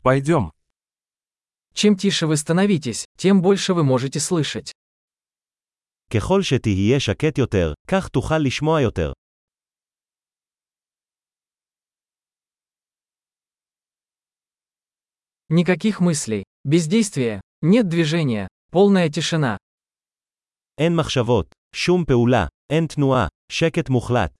Пойдем. Чем тише вы становитесь, тем больше вы можете слышать. ככל שתהיה שקט יותר, כך תוכל לשמוע יותר. Никаких мыслей, бездействия, нет движения, полная тишина. אין מחשבות, שום פעולה, אין תנועה, שקט מוחלט.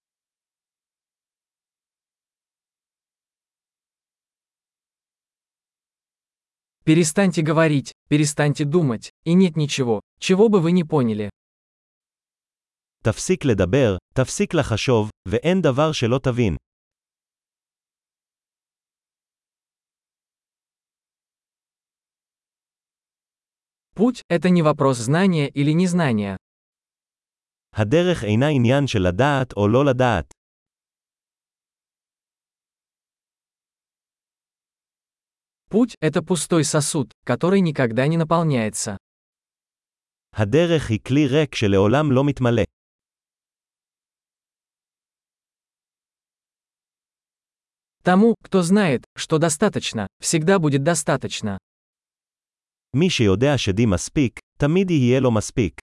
Перестаньте говорить, перестаньте думать, и нет ничего, чего бы вы не поняли. תפסיק לדבר, תפסיק לחשוב, ואין דבר שלא תבין. Путь – это не вопрос знания или незнания. הדרך אינה עניין של לדעת או לא לדעת. Путь – это пустой сосуд, который никогда не наполняется. הדרך היא כלי ריק שלעולם לא מתמלא. Тому, кто знает, что достаточно, всегда будет достаточно. מי שיודע שדי מספיק, תמיד יהיה לו מספיק.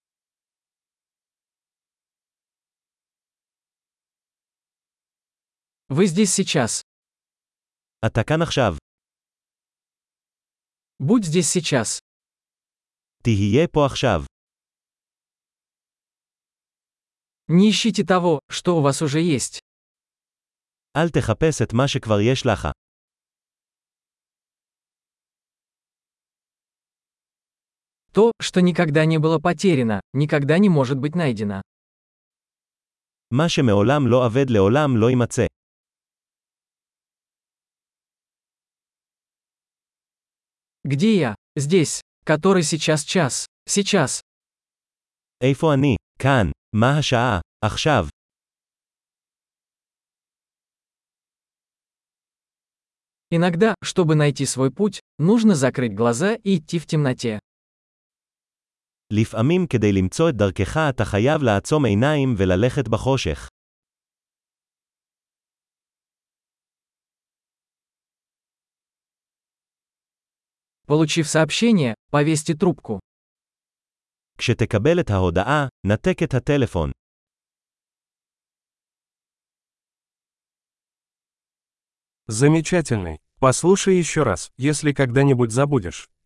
Вы здесь сейчас. אתה כאן עכשיו. Будь здесь сейчас. תהיה פה עכשיו. Не ищите того, что у вас уже есть. אל תחפש את מה שכבר יש לך. То, что никогда не было потеряно, никогда не может быть найдено. מה שמעולם לא אבד לעולם לא יימצא. Где я? Здесь. Который сейчас час. Сейчас. איפה אני? כאן. מה השעה? עכשיו. Иногда, чтобы найти свой путь, нужно закрыть глаза и идти в темноте. לפעמים כדי למצוא את דרכך אתה חייב לעצום עיניים וללכת בחושך. Получив сообщение, повесьте трубку. כשתקבל את ההודעה, נתק את הטלפון. Замечательный. Послушай еще раз, если когда-нибудь забудешь.